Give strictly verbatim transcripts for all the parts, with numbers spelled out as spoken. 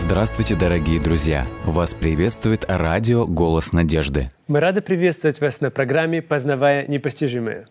Здравствуйте, дорогие друзья! Вас приветствует радио «Голос надежды». Мы рады приветствовать вас на программе «Познавая непостижимое».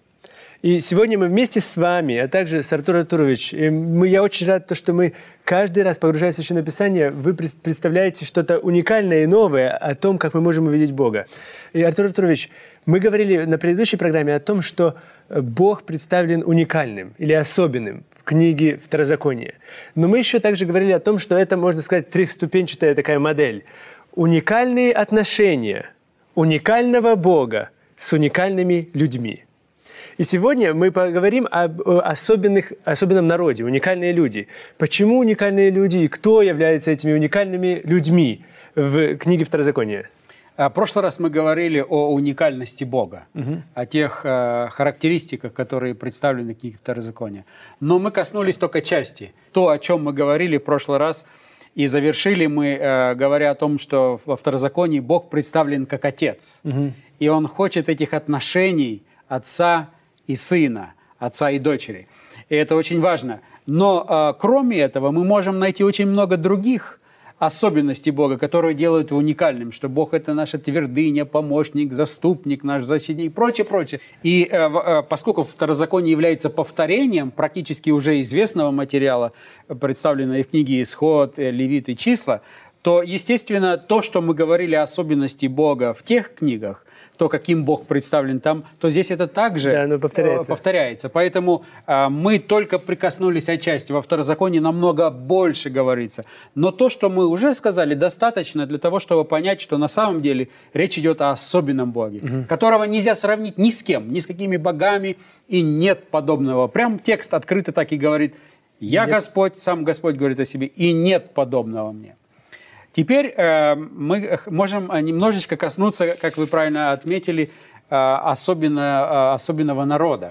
И сегодня мы вместе с вами, а также с Артуром Артуровичем, я очень рад, что мы каждый раз, погружаясь в Священное Писание, вы представляете что-то уникальное и новое о том, как мы можем увидеть Бога. И, Артур Артурович, мы говорили на предыдущей программе о том, что Бог представлен уникальным или особенным в книге Второзакония. Но мы еще также говорили о том, что это, можно сказать, трехступенчатая такая модель. Уникальные отношения уникального Бога с уникальными людьми. И сегодня мы поговорим об особенных, особенном народе, уникальные люди. Почему уникальные люди и кто является этими уникальными людьми в книге Второзакония? В прошлый раз мы говорили о уникальности Бога, угу. о тех э, характеристиках, которые представлены в книге Второзакония. Но мы коснулись только части. То, о чем мы говорили в прошлый раз, и завершили мы, э, говоря о том, что во Второзаконии Бог представлен как Отец. Угу. И Он хочет этих отношений Отца и Сына, Отца и Дочери. И это очень важно. Но э, кроме этого мы можем найти очень много других особенностей Бога, которые делают его уникальным, что Бог – это наша твердыня, помощник, заступник, наш защитник и прочее, прочее. И э, э, поскольку Второзаконие является повторением практически уже известного материала, представленного и в книге Исход, Левит и Числа, то, естественно, то, что мы говорили о особенности Бога в тех книгах, то, каким Бог представлен там, то здесь это также да, оно повторяется. повторяется. Поэтому э, мы только прикоснулись отчасти. Во Второзаконии намного больше говорится. Но то, что мы уже сказали, достаточно для того, чтобы понять, что на самом деле речь идет о особенном Боге, угу. которого нельзя сравнить ни с кем, ни с какими богами, и нет подобного. Прям текст открыто так и говорит: «Я нет. Господь», сам Господь говорит о себе, «и нет подобного мне». Теперь э, мы можем немножечко коснуться, как вы правильно отметили, э, особенно, э, особенного народа.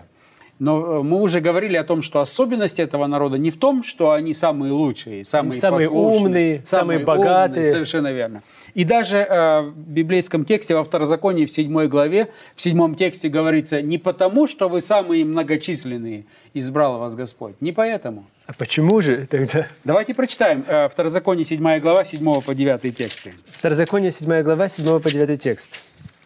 Но мы уже говорили о том, что особенность этого народа не в том, что они самые лучшие, самые, самые умные, самые, самые богатые. Умные, совершенно верно. И даже э, в библейском тексте, во Второзаконии, в седьмой главе, в седьмом тексте говорится: не потому, что вы самые многочисленные, избрал вас Господь. Не поэтому. А почему же тогда? Давайте прочитаем э, Второзаконие, седьмая глава, седьмого по девятый тексты. Второзаконие, седьмая глава, седьмого по девятый текст.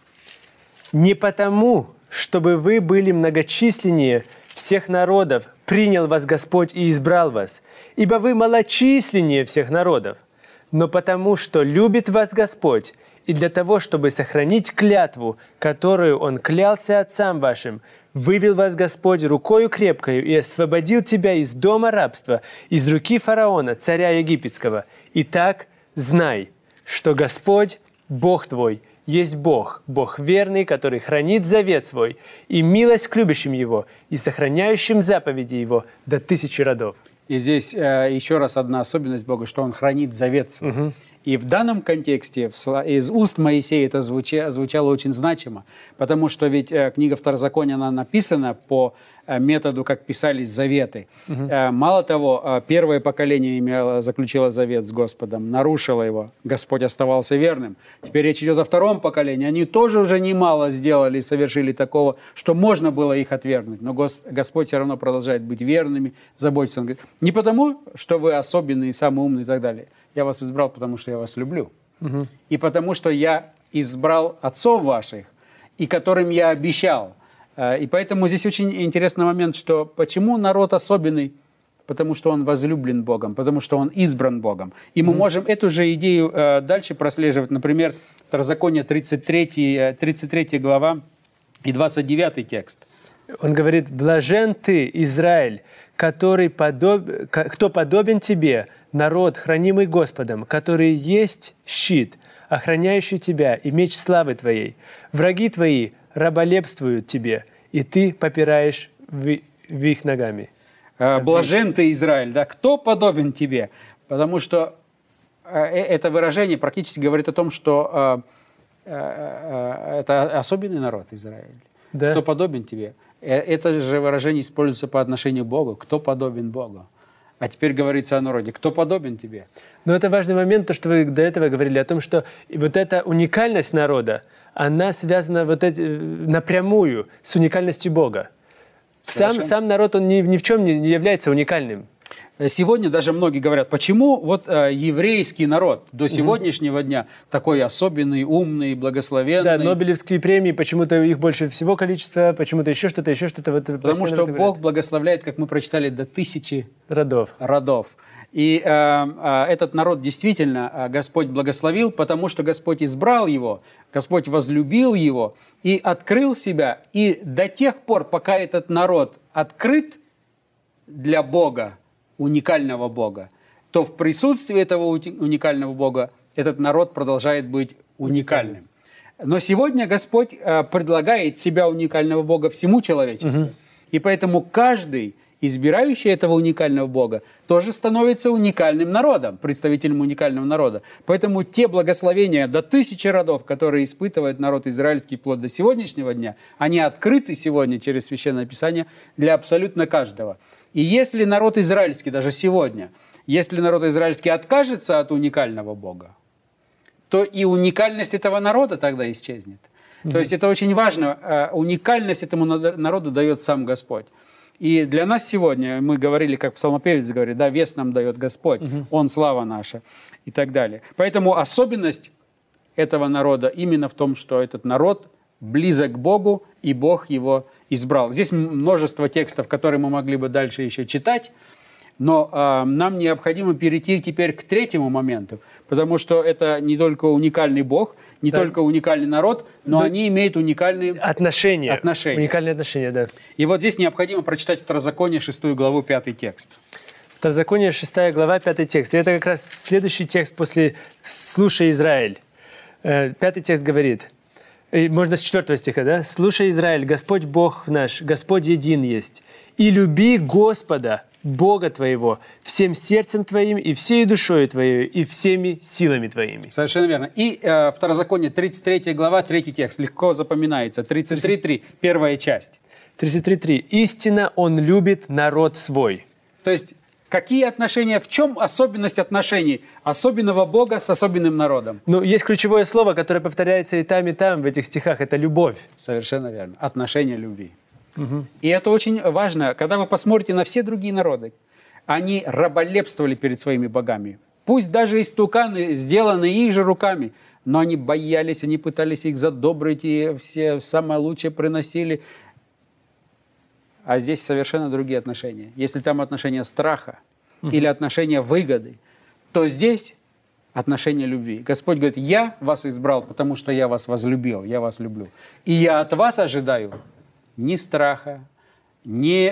«Не потому, чтобы вы были многочисленнее всех народов, принял вас Господь и избрал вас, ибо вы малочисленнее всех народов, но потому, что любит вас Господь, и для того, чтобы сохранить клятву, которую Он клялся отцам вашим, вывел вас Господь рукою крепкою и освободил тебя из дома рабства, из руки фараона, царя египетского. Итак, знай, что Господь, Бог твой, есть Бог, Бог верный, который хранит завет свой, и милость к любящим Его, и сохраняющим заповеди Его до тысячи родов». И здесь э, еще раз одна особенность Бога, что Он хранит завет свой. Угу. И в данном контексте в, из уст Моисея это звуча, звучало очень значимо, потому что ведь э, книга Второзакония, она написана по э, методу, как писались заветы. Угу. Э, мало того, э, первое поколение имело, заключило завет с Господом, нарушило его, Господь оставался верным. Теперь речь идет о втором поколении. Они тоже уже немало сделали и совершили такого, что можно было их отвергнуть. Но Гос, Господь все равно продолжает быть верными, заботиться. Он говорит: не потому, что вы особенные, самые умные и так далее. Я вас избрал, потому что я вас люблю. Угу. И потому что я избрал отцов ваших, и которым я обещал. И поэтому здесь очень интересный момент, что почему народ особенный? Потому что он возлюблен Богом, потому что он избран Богом. И мы угу. можем эту же идею дальше прослеживать. Например, Второзаконие тридцать третья глава и двадцать девятый текст. Он говорит: «Блажен ты, Израиль, который подоб... кто подобен тебе, народ, хранимый Господом, который есть щит, охраняющий тебя, и меч славы твоей. Враги твои раболепствуют тебе, и ты попираешь в, в их ногами». «Блажен ты, Израиль, да, кто подобен тебе?» Потому что это выражение практически говорит о том, что это особенный народ, Израиль. Да. Кто подобен тебе? Это же выражение используется по отношению к Богу. Кто подобен Богу? А теперь говорится о народе. Кто подобен тебе? Но это важный момент, то, что вы до этого говорили, о том, что вот эта уникальность народа, она связана вот эти, напрямую с уникальностью Бога. Сам, сам народ, он ни, ни в чем не является уникальным. Сегодня даже многие говорят, почему вот э, еврейский народ до сегодняшнего угу. дня такой особенный, умный, благословенный. Да, Нобелевские премии, почему-то их больше всего количество, почему-то еще что-то, еще что-то. Вот, Потому что Бог говорят. Благословляет, как мы прочитали, до тысячи родов. родов. И э, э, этот народ действительно э, Господь благословил, потому что Господь избрал его, Господь возлюбил его и открыл себя. И до тех пор, пока этот народ открыт для Бога, уникального Бога, то в присутствии этого уникального Бога этот народ продолжает быть уникальным. Но сегодня Господь э, предлагает себя уникального Бога всему человечеству. Угу. И поэтому каждый, избирающий этого уникального Бога, тоже становится уникальным народом, представителем уникального народа. Поэтому те благословения до тысячи родов, которые испытывает народ израильский вплоть до сегодняшнего дня, они открыты сегодня через Священное Писание для абсолютно каждого. И если народ израильский, даже сегодня, если народ израильский откажется от уникального Бога, то и уникальность этого народа тогда исчезнет. Mm-hmm. То есть это очень важно. Уникальность этому народу дает сам Господь. И для нас сегодня, мы говорили, как псалмопевец говорит, да, вес нам дает Господь, mm-hmm. Он слава наша и так далее. Поэтому особенность этого народа именно в том, что этот народ близок к Богу, и Бог его избрал. Здесь множество текстов, которые мы могли бы дальше еще читать, но э, нам необходимо перейти теперь к третьему моменту, потому что это не только уникальный Бог, не да. только уникальный народ, но да. они имеют уникальные отношения. отношения. Уникальные отношения, да. И вот здесь необходимо прочитать Второзаконие, шестую главу, пятый текст. Второзаконие, шестая глава, пятый текст. И это как раз следующий текст после «Слушай, Израиль». Пятый текст говорит... И можно с четвертого стиха, да? «Слушай, Израиль, Господь Бог наш, Господь един есть, и люби Господа, Бога твоего, всем сердцем твоим, и всей душою твоей, и всеми силами твоими». Совершенно верно. И э, Второзаконие, тридцать третья глава, третий текст, легко запоминается. тридцать три три, первая часть. тридцать три три. «Истинно Он любит народ свой». То есть, какие отношения, в чем особенность отношений особенного Бога с особенным народом? Ну, есть ключевое слово, которое повторяется и там, и там в этих стихах. Это любовь. Совершенно верно. Отношения любви. Угу. И это очень важно. Когда вы посмотрите на все другие народы, они раболепствовали перед своими богами. Пусть даже истуканы, сделаны их же руками, но они боялись, они пытались их задобрить, и все самое лучшее приносили. А здесь совершенно другие отношения. Если там отношения страха uh-huh. или отношения выгоды, то здесь отношения любви. Господь говорит, я вас избрал, потому что я вас возлюбил, я вас люблю. И я от вас ожидаю ни страха, ни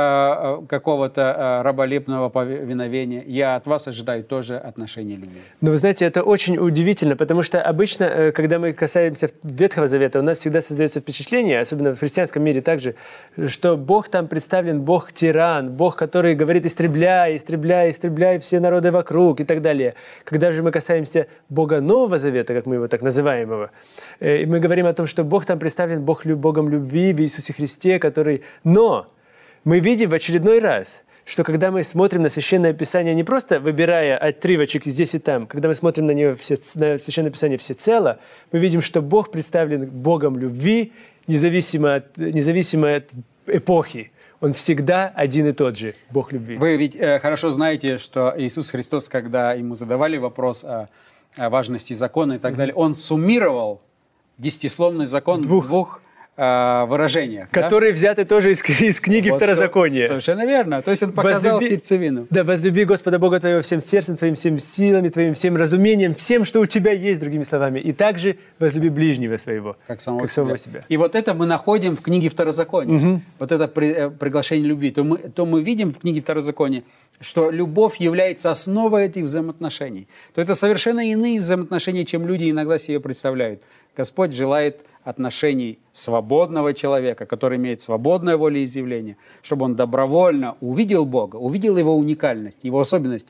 э, какого-то э, раболепного повиновения. Я от вас ожидаю тоже отношения любви. Но вы знаете, это очень удивительно, потому что обычно, когда мы касаемся Ветхого Завета, у нас всегда создается впечатление, особенно в христианском мире также, что Бог там представлен, Бог-тиран, Бог, который говорит «истребляй, истребляй, истребляй все народы вокруг» и так далее. Когда же мы касаемся Бога Нового Завета, как мы его так называемого, и мы говорим о том, что Бог там представлен Бог, Богом любви в Иисусе Христе, который... Но мы видим в очередной раз, что когда мы смотрим на Священное Писание, не просто выбирая отрывочек здесь и там, когда мы смотрим на него, все, на Священное Писание всецело, мы видим, что Бог представлен Богом любви, независимо от, независимо от эпохи. Он всегда один и тот же, Бог любви. Вы ведь э, хорошо знаете, что Иисус Христос, когда ему задавали вопрос о, о важности закона и так mm-hmm. далее, он суммировал десятисловный закон двух, в двух выражениях. Которые да? взяты тоже из, из книги вот Второзакония. Совершенно верно. То есть он показал возлюби, сердцевину. Да, возлюби Господа Бога твоего всем сердцем твоим, всем силами твоим, всем разумением, всем, что у тебя есть, другими словами. И также возлюби ближнего своего, как самого, как самого себя. себя. И вот это мы находим в книге Второзакония. Угу. Вот это при, приглашение любви. То мы, то мы видим в книге Второзакония, что любовь является основой этих взаимоотношений. То это совершенно иные взаимоотношения, чем люди иногда себе представляют. Господь желает отношений свободного человека, который имеет свободное волеизъявление, чтобы он добровольно увидел Бога, увидел Его уникальность, Его особенность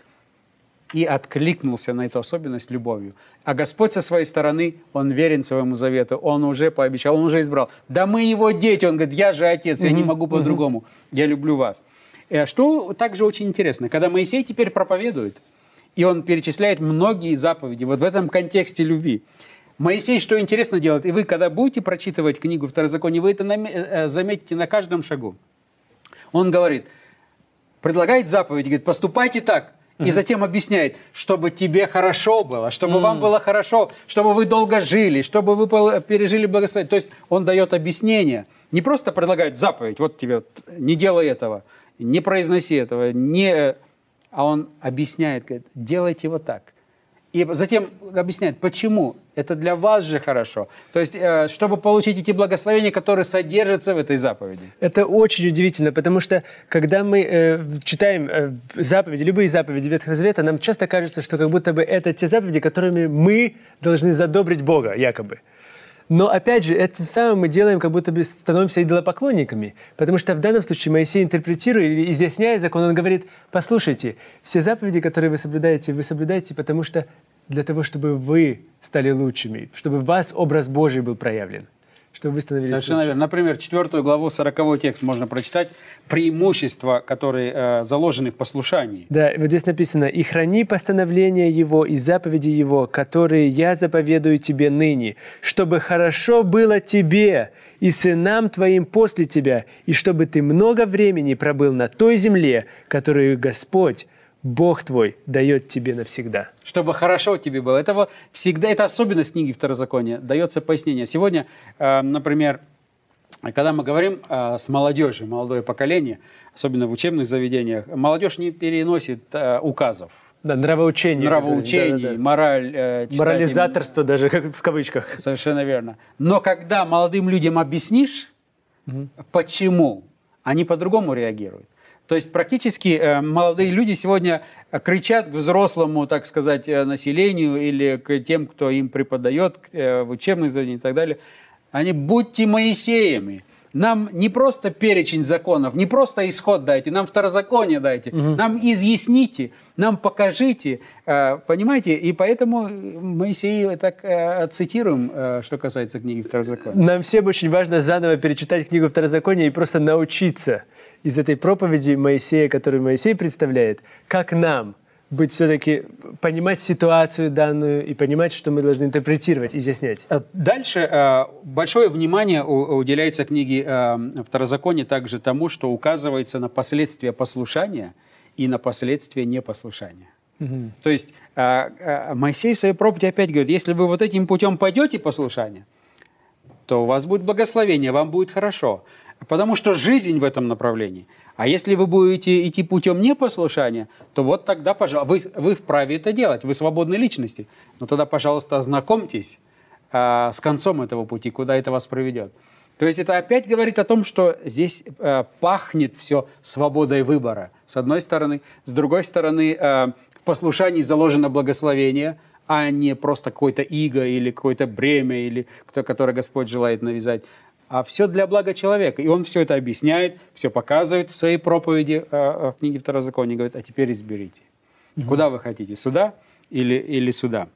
и откликнулся на эту особенность любовью. А Господь со своей стороны, Он верен своему завету, Он уже пообещал, Он уже избрал. Да мы Его дети, Он говорит, я же Отец, я mm-hmm. не могу по-другому, я люблю вас. Что также очень интересно, когда Моисей теперь проповедует, и он перечисляет многие заповеди вот в этом контексте любви, Моисей, что интересно делает, и вы, когда будете прочитывать книгу Второзакония, вы это заметите на каждом шагу. Он говорит, предлагает заповедь, говорит, поступайте так. И затем объясняет, чтобы тебе хорошо было, чтобы mm. вам было хорошо, чтобы вы долго жили, чтобы вы пережили благословение. То есть он дает объяснение. Не просто предлагает заповедь, вот тебе, не делай этого, не произноси этого, не... а он объясняет, говорит, делайте вот так. И затем объясняет, почему. Это для вас же хорошо. То есть, чтобы получить эти благословения, которые содержатся в этой заповеди. Это очень удивительно, потому что, когда мы э, читаем э, заповеди, любые заповеди Ветхого Завета, нам часто кажется, что как будто бы это те заповеди, которыми мы должны задобрить Бога, якобы. Но, опять же, этим самым мы делаем, как будто бы становимся идолопоклонниками. Потому что в данном случае Моисей, интерпретируя или изъясняя закон, он говорит, послушайте, все заповеди, которые вы соблюдаете, вы соблюдаете, потому что для того, чтобы вы стали лучшими, чтобы в вас образ Божий был проявлен, чтобы вы становились Совершенно лучше. верно. Например, четвертую главу, сороковой текст можно прочитать. Преимущества, которые э, заложены в послушании. Да, вот здесь написано, «И храни постановления Его и заповеди Его, которые я заповедую тебе ныне, чтобы хорошо было тебе и сынам твоим после тебя, и чтобы ты много времени пробыл на той земле, которую Господь, Бог твой, дает тебе навсегда». Чтобы хорошо тебе было. Это вот всегда, это особенность книги Второзакония, дается пояснение. Сегодня, э, например, когда мы говорим э, с молодежью, молодое поколение, особенно в учебных заведениях, молодежь не переносит э, указов. Да, нравоучение. Нравоучений, да, да, да. мораль. Э, Морализаторство им... даже, как в кавычках. Совершенно верно. Но когда молодым людям объяснишь, угу. почему, они по-другому реагируют. То есть практически э, молодые люди сегодня кричат к взрослому, так сказать, населению или к тем, кто им преподает э, в учебных заведениях и так далее. Они будьте Моисеями. Нам не просто перечень законов, не просто исход дайте, нам второзаконие дайте, угу. нам изъясните, нам покажите. Э, понимаете? И поэтому Моисея так э, цитируем, э, что касается книги Второзакония. Нам всем очень важно заново перечитать книгу Второзакония и просто научиться из этой проповеди Моисея, которую Моисей представляет, как нам быть все-таки, понимать ситуацию данную и понимать, что мы должны интерпретировать, изъяснять. Дальше большое внимание уделяется книге Второзакония также тому, что указывается на последствия послушания и на последствия непослушания. Угу. То есть Моисей в своей проповеди опять говорит, если вы вот этим путем пойдете послушания, то у вас будет благословение, вам будет хорошо. Потому что жизнь в этом направлении. А если вы будете идти путем непослушания, то вот тогда, пожалуйста, вы, вы вправе это делать, вы свободные личности. Но тогда, пожалуйста, ознакомьтесь а, с концом этого пути, куда это вас приведет. То есть это опять говорит о том, что здесь а, пахнет все свободой выбора, с одной стороны. С другой стороны, а, в послушании заложено благословение, а не просто какое-то иго или какое-то бремя, или кто, которое Господь желает навязать. А все для блага человека. И он все это объясняет, все показывает в своей проповеди э, в книге Второзакония. Говорит, а теперь изберите. Mm-hmm. Куда вы хотите, сюда или, или сюда?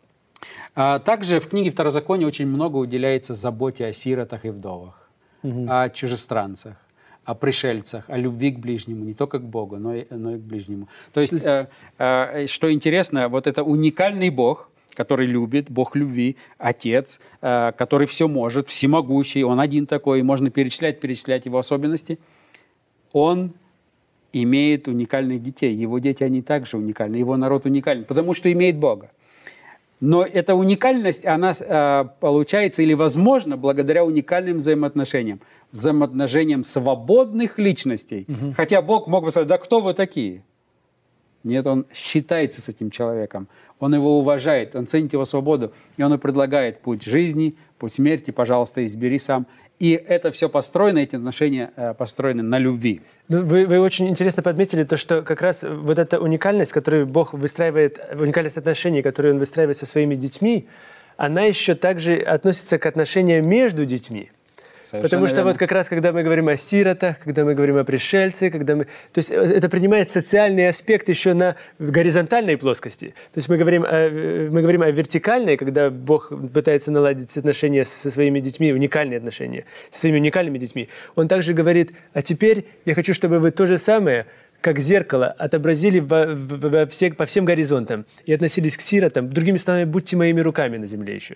А также в книге Второзакония очень много уделяется заботе о сиротах и вдовах, mm-hmm. о чужестранцах, о пришельцах, о любви к ближнему, не только к Богу, но и, но и к ближнему. То есть, э, э, что интересно, вот это уникальный Бог, который любит, Бог любви, Отец, э, который все может, всемогущий, Он один такой, можно перечислять, перечислять Его особенности. Он имеет уникальных детей, Его дети, они также уникальны, Его народ уникален, потому что имеет Бога. Но эта уникальность, она э, получается или возможна благодаря уникальным взаимоотношениям, взаимоотношениям свободных личностей. Угу. Хотя Бог мог бы сказать, да кто вы такие? Нет, Он считается с этим человеком, Он его уважает, Он ценит его свободу, и Он ему предлагает путь жизни, путь смерти, пожалуйста, избери сам. И это все построено, эти отношения э, построены на любви. Ну, вы, вы очень интересно подметили то, что как раз вот эта уникальность, которую Бог выстраивает, уникальность отношений, которую Он выстраивает со своими детьми, она еще также относится к отношениям между детьми. Совершенно Потому что верно. Вот как раз, когда мы говорим о сиротах, когда мы говорим о пришельце, когда мы... То есть это принимает социальный аспект еще на горизонтальной плоскости. То есть мы говорим о, мы говорим о вертикальной, когда Бог пытается наладить отношения со своими детьми, уникальные отношения, со своими уникальными детьми. Он также говорит, а теперь я хочу, чтобы вы то же самое, как зеркало, отобразили во, во все, по всем горизонтам и относились к сиротам. Другими словами, будьте моими руками на земле еще.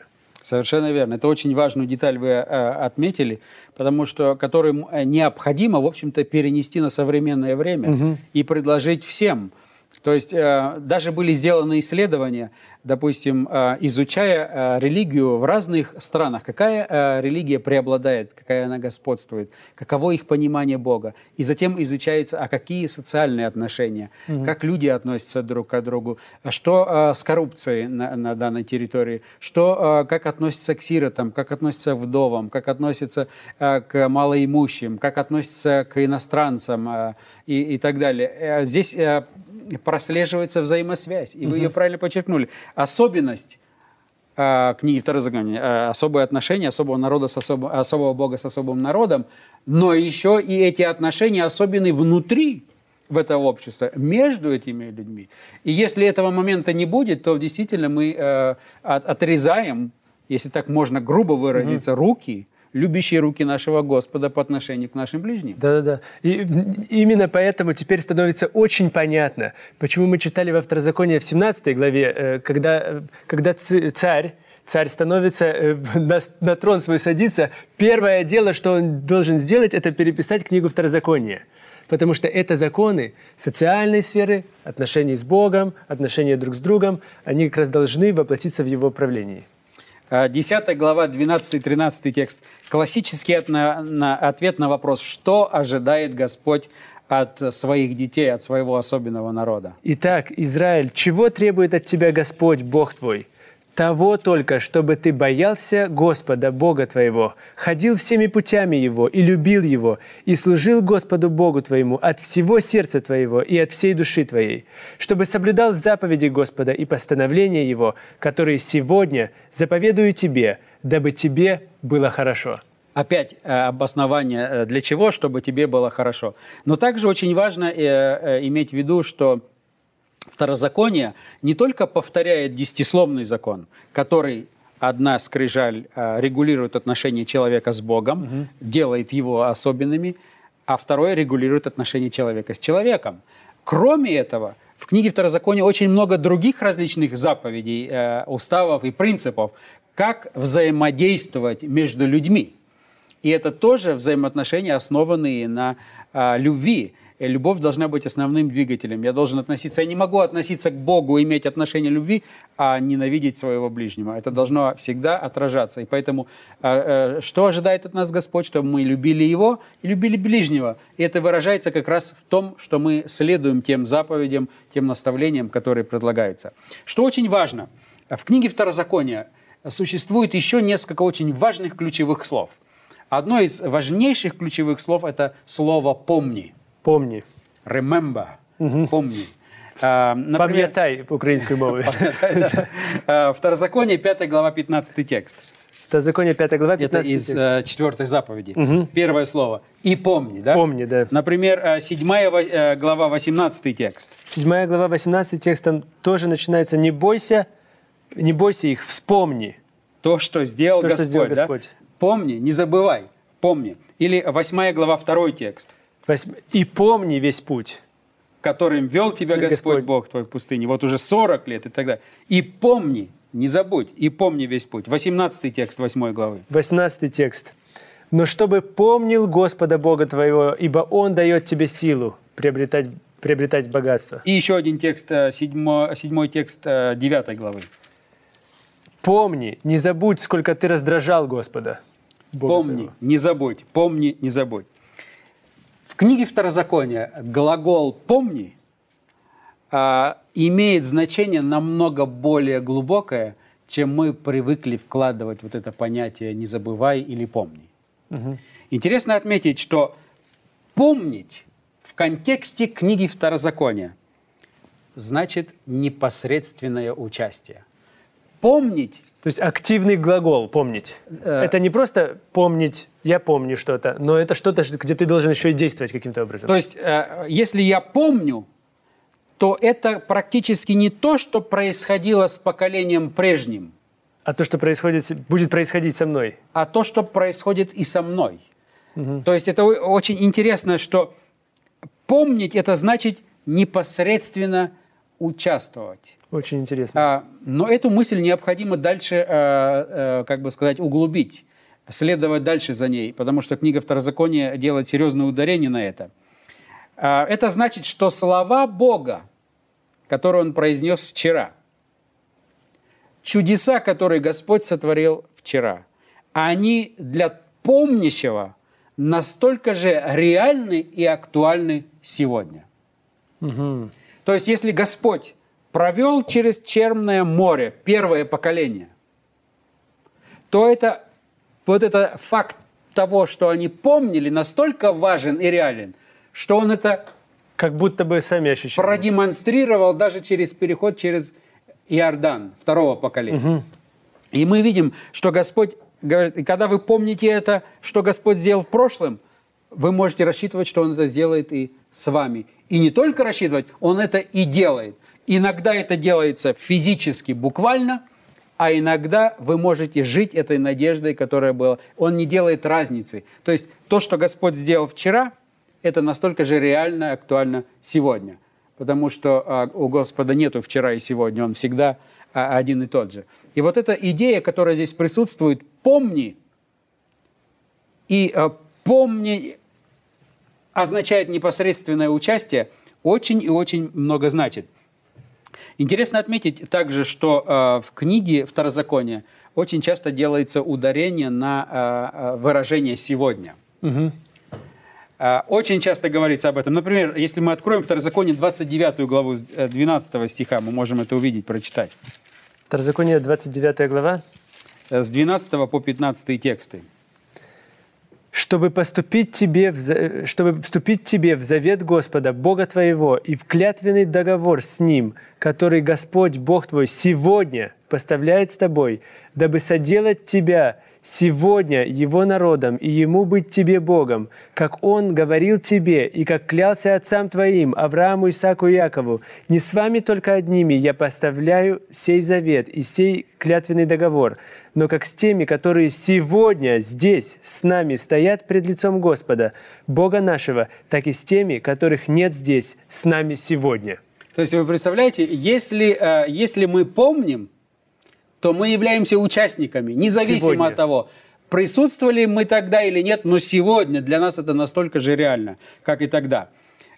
Совершенно верно. Это очень важную деталь вы э, отметили, потому что которую необходимо, в общем-то, перенести на современное время угу. и предложить всем. То есть э, даже были сделаны исследования, допустим, э, изучая э, религию в разных странах, какая э, религия преобладает, какая она господствует, каково их понимание Бога. И затем изучается, а какие социальные отношения, угу. как люди относятся друг к другу, что э, с коррупцией на, на данной территории, что, э, как относятся к сиротам, как относятся к вдовам, как относятся э, к малоимущим, как относятся к иностранцам э, и, и так далее. Э, здесь э, прослеживается взаимосвязь, и вы угу. ее правильно подчеркнули. Особенность э, книги Второзакония, э, особые отношения особого народа с особо, особого Бога с особым народом, но еще и эти отношения особенны внутри в этого общества, между этими людьми. И если этого момента не будет, то действительно мы э, от, отрезаем, если так можно грубо выразиться, угу. руки, любящие руки нашего Господа по отношению к нашим ближним. Да-да-да. И именно поэтому теперь становится очень понятно, почему мы читали во Второзаконии в семнадцатой главе, когда, когда царь, царь становится, на, на трон свой садится, первое дело, что он должен сделать, это переписать книгу Второзакония. Потому что это законы социальной сферы, отношений с Богом, отношения друг с другом, они как раз должны воплотиться в его правлении. десятая глава, двенадцатый-тринадцатый текст. Классический ответ на вопрос, что ожидает Господь от своих детей, от своего особенного народа. Итак, Израиль, чего требует от тебя Господь, Бог твой? Того только, чтобы ты боялся Господа, Бога твоего, ходил всеми путями Его и любил Его, и служил Господу Богу твоему от всего сердца твоего и от всей души твоей, чтобы соблюдал заповеди Господа и постановления Его, которые сегодня заповедую тебе, дабы тебе было хорошо». Опять э, обоснование для чего, чтобы тебе было хорошо. Но также очень важно э, э, иметь в виду, что Второзаконие не только повторяет десятисловный закон, который одна скрижаль э, регулирует отношения человека с Богом, угу. делает его особенными, а второе регулирует отношения человека с человеком. Кроме этого, в книге Второзакония очень много других различных заповедей, э, уставов и принципов, как взаимодействовать между людьми. И это тоже взаимоотношения, основанные на э, любви. И любовь должна быть основным двигателем. Я должен относиться, я не могу относиться к Богу, иметь отношение любви, а ненавидеть своего ближнего. Это должно всегда отражаться. И поэтому, э, э, что ожидает от нас Господь? Чтобы мы любили Его и любили ближнего. И это выражается как раз в том, что мы следуем тем заповедям, тем наставлениям, которые предлагаются. Что очень важно, в книге Второзакония существует еще несколько очень важных ключевых слов. Одно из важнейших ключевых слов – это слово «помни». Помни. Remember. Угу. Помни. А, например, пам'ятай украинскую мову. Второзаконие, пятая глава, пятнадцатый текст. Второзаконие, пятая глава, пятнадцатый текст. Это из четвертой заповеди. Угу. Первое слово. И помни, да? Помни, да. Например, седьмая глава, восемнадцатый текст. Седьмая глава, восемнадцатый текст, там тоже начинается «Не бойся, не бойся их, вспомни». То, что сделал То, Господь. Что сделал Господь. Да? Помни, не забывай, помни. Или восьмая глава, второй текст. И помни весь путь, которым вел тебя Господь, Господь Бог твой в пустыне. Вот уже сорок лет и так далее. И помни, не забудь, и помни весь путь. восемнадцатый текст восьмой главы. восемнадцатый текст. «Но чтобы помнил Господа Бога твоего, ибо Он дает тебе силу приобретать, приобретать богатство». И еще один текст, седьмой, седьмой текст девятой главы. «Помни, не забудь, сколько ты раздражал Господа Бога Помни, твоего». не забудь, помни, не забудь. В книге Второзакония глагол «помни» а, имеет значение намного более глубокое, чем мы привыкли вкладывать вот это понятие «не забывай» или «помни». Угу. Интересно отметить, что «помнить» в контексте книги Второзакония значит непосредственное участие. Помнить. То есть активный глагол «помнить». Э... Это не просто «помнить», «я помню что-то», но это что-то, где ты должен еще и действовать каким-то образом. То есть, э, если я помню, то это практически не то, что происходило с поколением прежним. А то, что происходит, будет происходить со мной. А то, что происходит и со мной. Угу. То есть, это очень интересно, что помнить – это значит непосредственно участвовать. Очень интересно. А, но эту мысль необходимо дальше, а, а, как бы сказать, углубить, следовать дальше за ней, потому что книга Второзакония делает серьезное ударение на это. А, это значит, что слова Бога, которые Он произнес вчера, чудеса, которые Господь сотворил вчера, они для помнящего настолько же реальны и актуальны сегодня. Угу. То есть, если Господь провел через Черное море первое поколение, то это, вот это факт того, что они помнили, настолько важен и реален, что Он это как будто бы сами ощущали. Продемонстрировал даже через переход через Иордан второго поколения. Угу. И мы видим, что Господь говорит, и когда вы помните это, что Господь сделал в прошлом, вы можете рассчитывать, что Он это сделает и с вами. И не только рассчитывать, Он это и делает. Иногда это делается физически, буквально, а иногда вы можете жить этой надеждой, которая была. Он не делает разницы. То есть то, что Господь сделал вчера, это настолько же реально и актуально сегодня. Потому что а, у Господа нету вчера и сегодня, Он всегда а, один и тот же. И вот эта идея, которая здесь присутствует, помни, и а, помни означает непосредственное участие, очень и очень много значит. Интересно отметить также, что э, в книге Второзакония очень часто делается ударение на э, выражение «сегодня». Угу. Э, очень часто говорится об этом. Например, если мы откроем Второзаконие двадцать девятую главу с двенадцатого стиха, мы можем это увидеть, прочитать. Второзаконие двадцать девятая глава. С двенадцатого по пятнадцатый тексты. чтобы поступить тебе, в, чтобы вступить тебе в завет Господа, Бога твоего, и в клятвенный договор с Ним, который Господь, Бог твой, сегодня поставляет с тобой, дабы соделать тебя сегодня Его народом и Ему быть тебе Богом, как Он говорил тебе и как клялся отцам твоим, Аврааму, Исааку и Якову. Не с вами только одними я поставляю сей завет и сей клятвенный договор, но как с теми, которые сегодня здесь с нами стоят пред лицом Господа, Бога нашего, так и с теми, которых нет здесь с нами сегодня». То есть вы представляете, если, если мы помним, то мы являемся участниками, независимо сегодня. от того, присутствовали мы тогда или нет, но сегодня для нас это настолько же реально, как и тогда.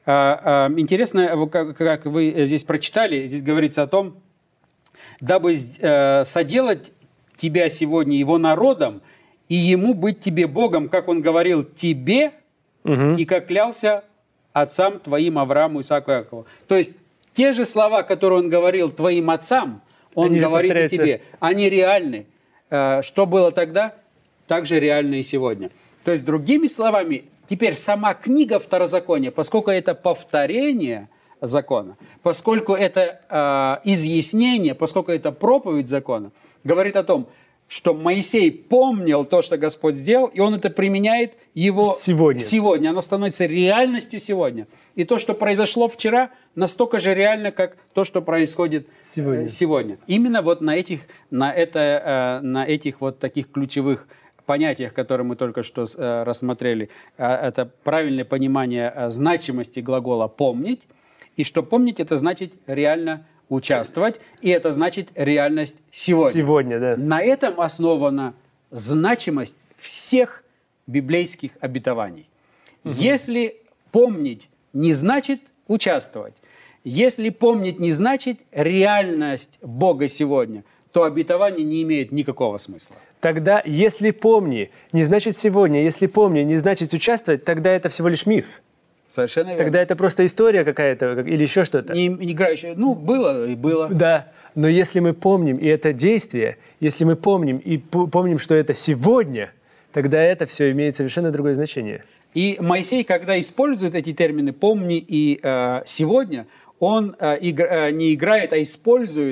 Интересно, как вы здесь прочитали, здесь говорится о том, дабы соделать тебя сегодня Его народом, и Ему быть тебе Богом, как Он говорил тебе, угу. и как клялся отцам твоим Аврааму, Исааку и Якову. То есть те же слова, которые Он говорил твоим отцам, Он они говорит и тебе, они реальны. Что было тогда, так же реально и сегодня. То есть, другими словами, теперь сама книга Второзакония, поскольку это повторение закона, поскольку это э, изъяснение, поскольку это проповедь закона, говорит о том, что Моисей помнил то, что Господь сделал, и он это применяет его сегодня. сегодня. Оно становится реальностью сегодня. И то, что произошло вчера, настолько же реально, как то, что происходит сегодня. сегодня. Именно вот на этих, на это, на этих вот таких ключевых понятиях, которые мы только что рассмотрели, это правильное понимание значимости глагола «помнить», и что помнить – это значит реально участвовать, и это значит реальность сегодня. Сегодня, да. На этом основана значимость всех библейских обетований. Угу. Если помнить не значит участвовать, если помнить не значит реальность Бога сегодня, то обетование не имеет никакого смысла. Тогда, если помни, не значит сегодня, если помни, не значит участвовать, тогда это всего лишь миф. Совершенно верно. Тогда это просто история какая-то или еще что-то. Не, не играющая. Ну, было и было. Да, но если мы помним, и это действие, если мы помним и помним, что это сегодня, тогда это все имеет совершенно другое значение. И Моисей, когда использует эти термины «помни» и э, «сегодня», он э, игр, э, не играет, а использует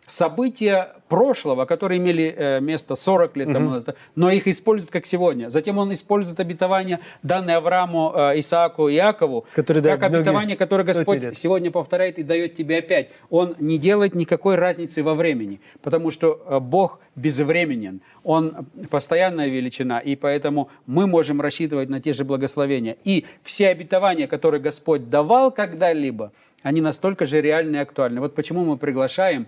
события прошлого, которые имели э, место сорок лет тому назад, но их используют как сегодня. Затем он использует обетование, данное Аврааму, э, Исааку и Иакову, Который, как да, обетование, которое Господь лет. сегодня повторяет и дает тебе опять. Он не делает никакой разницы во времени, потому что э, Бог безвременен, Он постоянная величина, и поэтому мы можем рассчитывать на те же благословения. И все обетования, которые Господь давал когда-либо, они настолько же реальны и актуальны. Вот почему мы приглашаем,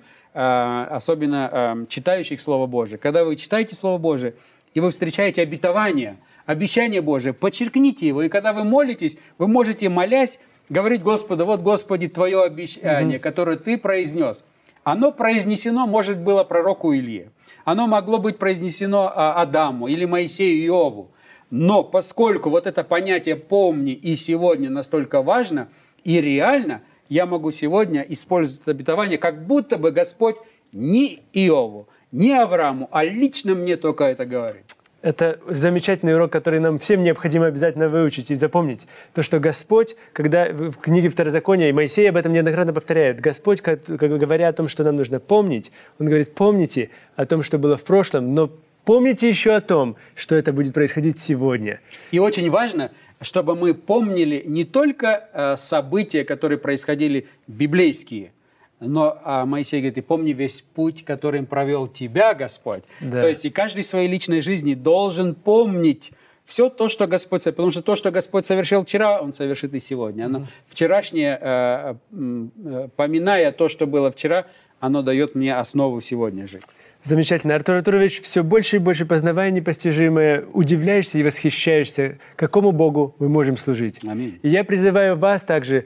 особенно читающих Слово Божие. Когда вы читаете Слово Божие, и вы встречаете обетование, обещание Божие, подчеркните его. И когда вы молитесь, вы можете, молясь, говорить Господу: вот, Господи, Твое обещание, угу. которое Ты произнес. Оно произнесено, может, было пророку Илье. Оно могло быть произнесено Адаму или Моисею, Иову. Но поскольку вот это понятие «помни» и сегодня настолько важно и реально, я могу сегодня использовать это обетование, как будто бы Господь не Иову, не Аврааму, а лично мне только это говорит. Это замечательный урок, который нам всем необходимо обязательно выучить и запомнить. То, что Господь, когда в книге Второзакония, и Моисей об этом неоднократно повторяет, Господь, как, как, говоря о том, что нам нужно помнить, Он говорит: помните о том, что было в прошлом, но помните еще о том, что это будет происходить сегодня. И очень важно, чтобы мы помнили не только э, события, которые происходили библейские, но а Моисей говорит: и помни весь путь, которым провел тебя Господь. Да. То есть и каждый в своей личной жизни должен помнить все то, что Господь совершил. Потому что то, что Господь совершил вчера, Он совершит и сегодня. Оно, mm-hmm. Вчерашнее, э, э, поминая то, что было вчера, оно дает мне основу сегодня жить. Замечательно. Артур Артурович, все больше и больше познавая непостижимое, удивляешься и восхищаешься, какому Богу мы можем служить. Аминь. И я призываю вас также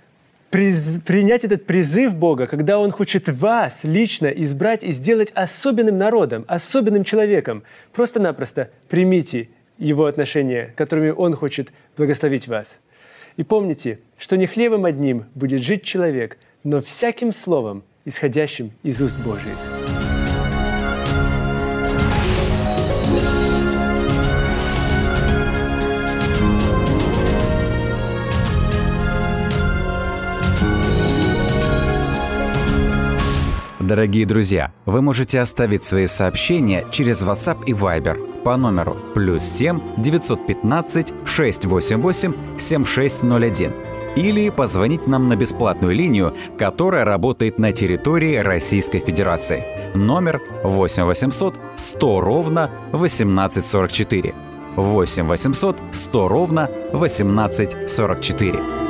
приз, принять этот призыв Бога, когда Он хочет вас лично избрать и сделать особенным народом, особенным человеком. Просто-напросто примите Его отношения, которыми Он хочет благословить вас. И помните, что не хлебом одним будет жить человек, но всяким словом, исходящим из уст Божьих. Дорогие друзья, вы можете оставить свои сообщения через WhatsApp и Viber по номеру плюс семь девятьсот пятнадцать шестьсот восемьдесят восемь семьдесят шесть ноль один или позвонить нам на бесплатную линию, которая работает на территории Российской Федерации. Номер восемь восемьсот сто ровно восемнадцать сорок четыре. восемь восемьсот сто ровно восемнадцать сорок четыре.